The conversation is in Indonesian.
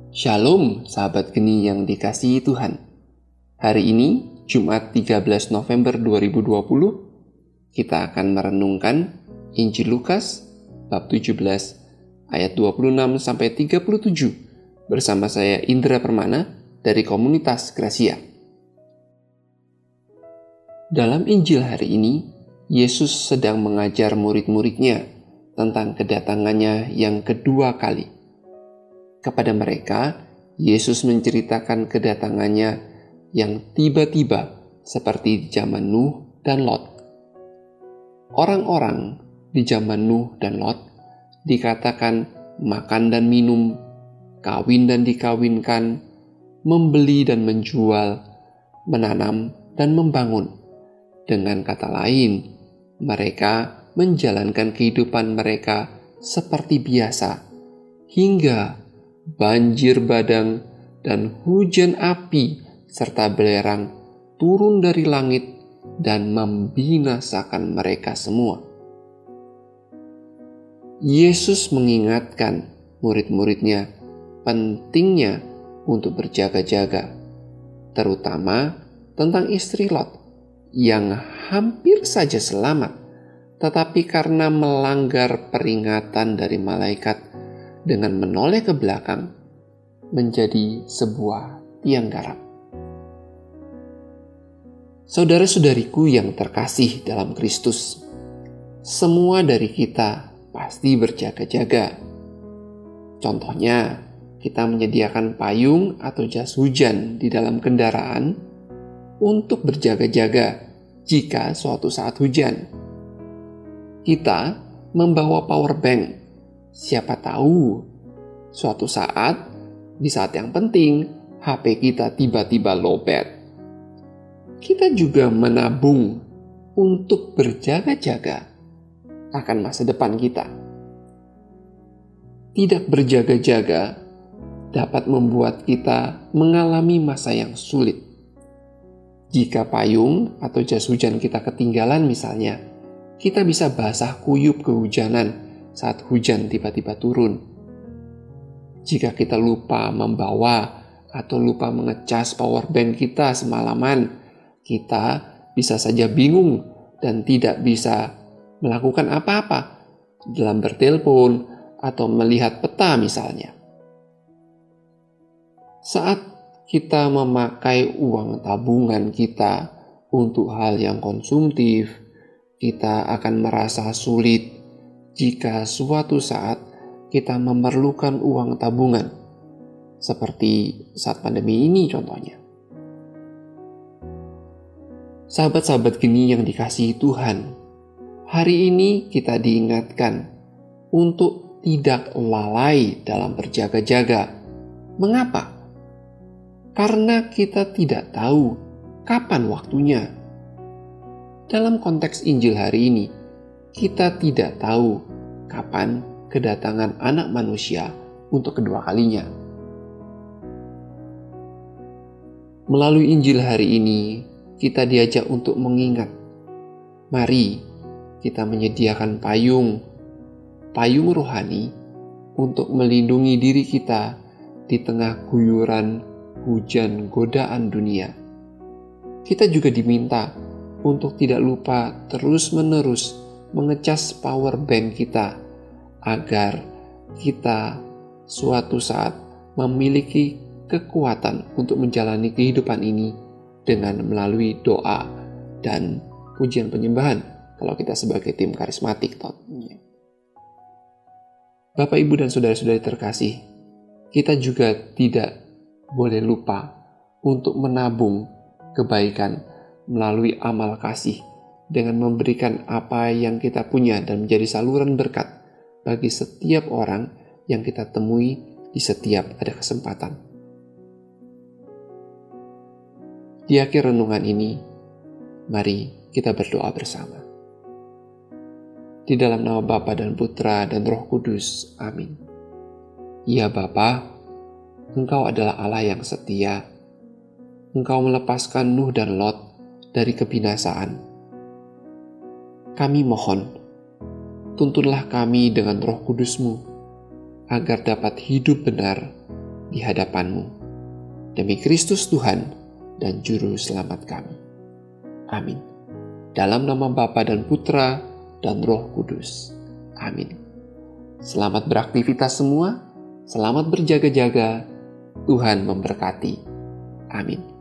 Shalom, sahabat geni yang dikasihi Tuhan. Hari ini, Jumat 13 November 2020, kita akan merenungkan Injil Lukas, bab 17, ayat 26-37, bersama saya Indra Permana dari komunitas Gracia. Dalam Injil hari ini, Yesus sedang mengajar murid-muridnya tentang kedatangannya yang kedua kali. Kepada mereka, Yesus menceritakan kedatangannya yang tiba-tiba seperti di zaman Nuh dan Lot. Orang-orang di zaman Nuh dan Lot dikatakan makan dan minum, kawin dan dikawinkan, membeli dan menjual, menanam dan membangun. Dengan kata lain, mereka menjalankan kehidupan mereka seperti biasa, hingga banjir bandang dan hujan api serta belerang turun dari langit dan membinasakan mereka semua. Yesus mengingatkan murid-muridnya pentingnya untuk berjaga-jaga, terutama tentang istri Lot yang hampir saja selamat, tetapi karena melanggar peringatan dari malaikat dengan menoleh ke belakang, menjadi sebuah tiang garam. Saudara-saudariku yang terkasih dalam Kristus, semua dari kita pasti berjaga-jaga. Contohnya, kita menyediakan payung atau jas hujan di dalam kendaraan untuk berjaga-jaga jika suatu saat hujan. Kita membawa power bank. Siapa tahu, suatu saat, di saat yang penting, HP kita tiba-tiba lowbat. Kita juga menabung untuk berjaga-jaga akan masa depan kita. Tidak berjaga-jaga dapat membuat kita mengalami masa yang sulit. Jika payung atau jas hujan kita ketinggalan misalnya, kita bisa basah kuyup kehujanan saat hujan tiba-tiba turun. Jika kita lupa membawa atau lupa mengecas power bank kita semalaman, kita bisa saja bingung dan tidak bisa melakukan apa-apa dalam bertelepon atau melihat peta misalnya. Saat kita memakai uang tabungan kita untuk hal yang konsumtif, kita akan merasa sulit jika suatu saat kita memerlukan uang tabungan, seperti saat pandemi ini contohnya. Sahabat-sahabat geni yang dikasihi Tuhan, hari ini kita diingatkan untuk tidak lalai dalam berjaga-jaga. Mengapa? Karena kita tidak tahu kapan waktunya. Dalam konteks Injil hari ini, kita tidak tahu kapan kedatangan Anak Manusia untuk kedua kalinya. Melalui Injil hari ini, kita diajak untuk mengingat. Mari kita menyediakan payung rohani untuk melindungi diri kita di tengah guyuran hujan godaan dunia. Kita juga diminta untuk tidak lupa terus-menerus mengecas power bank kita agar kita suatu saat memiliki kekuatan untuk menjalani kehidupan ini dengan melalui doa dan pujian penyembahan kalau kita sebagai tim karismatik tentunya. Bapak, Ibu, dan saudara-saudari terkasih, kita juga tidak boleh lupa untuk menabung kebaikan melalui amal kasih dengan memberikan apa yang kita punya dan menjadi saluran berkat bagi setiap orang yang kita temui di setiap ada kesempatan. Di akhir renungan ini, mari kita berdoa bersama. Di dalam nama Bapa dan Putra dan Roh Kudus. Amin. Ya Bapa, Engkau adalah Allah yang setia. Engkau melepaskan Nuh dan Lot dari kebinasaan. Kami mohon, tuntunlah kami dengan Roh Kudus-Mu, agar dapat hidup benar di hadapan-Mu. Demi Kristus Tuhan dan Juru Selamat kami. Amin. Dalam nama Bapa dan Putra dan Roh Kudus. Amin. Selamat beraktivitas semua, selamat berjaga-jaga, Tuhan memberkati. Amin.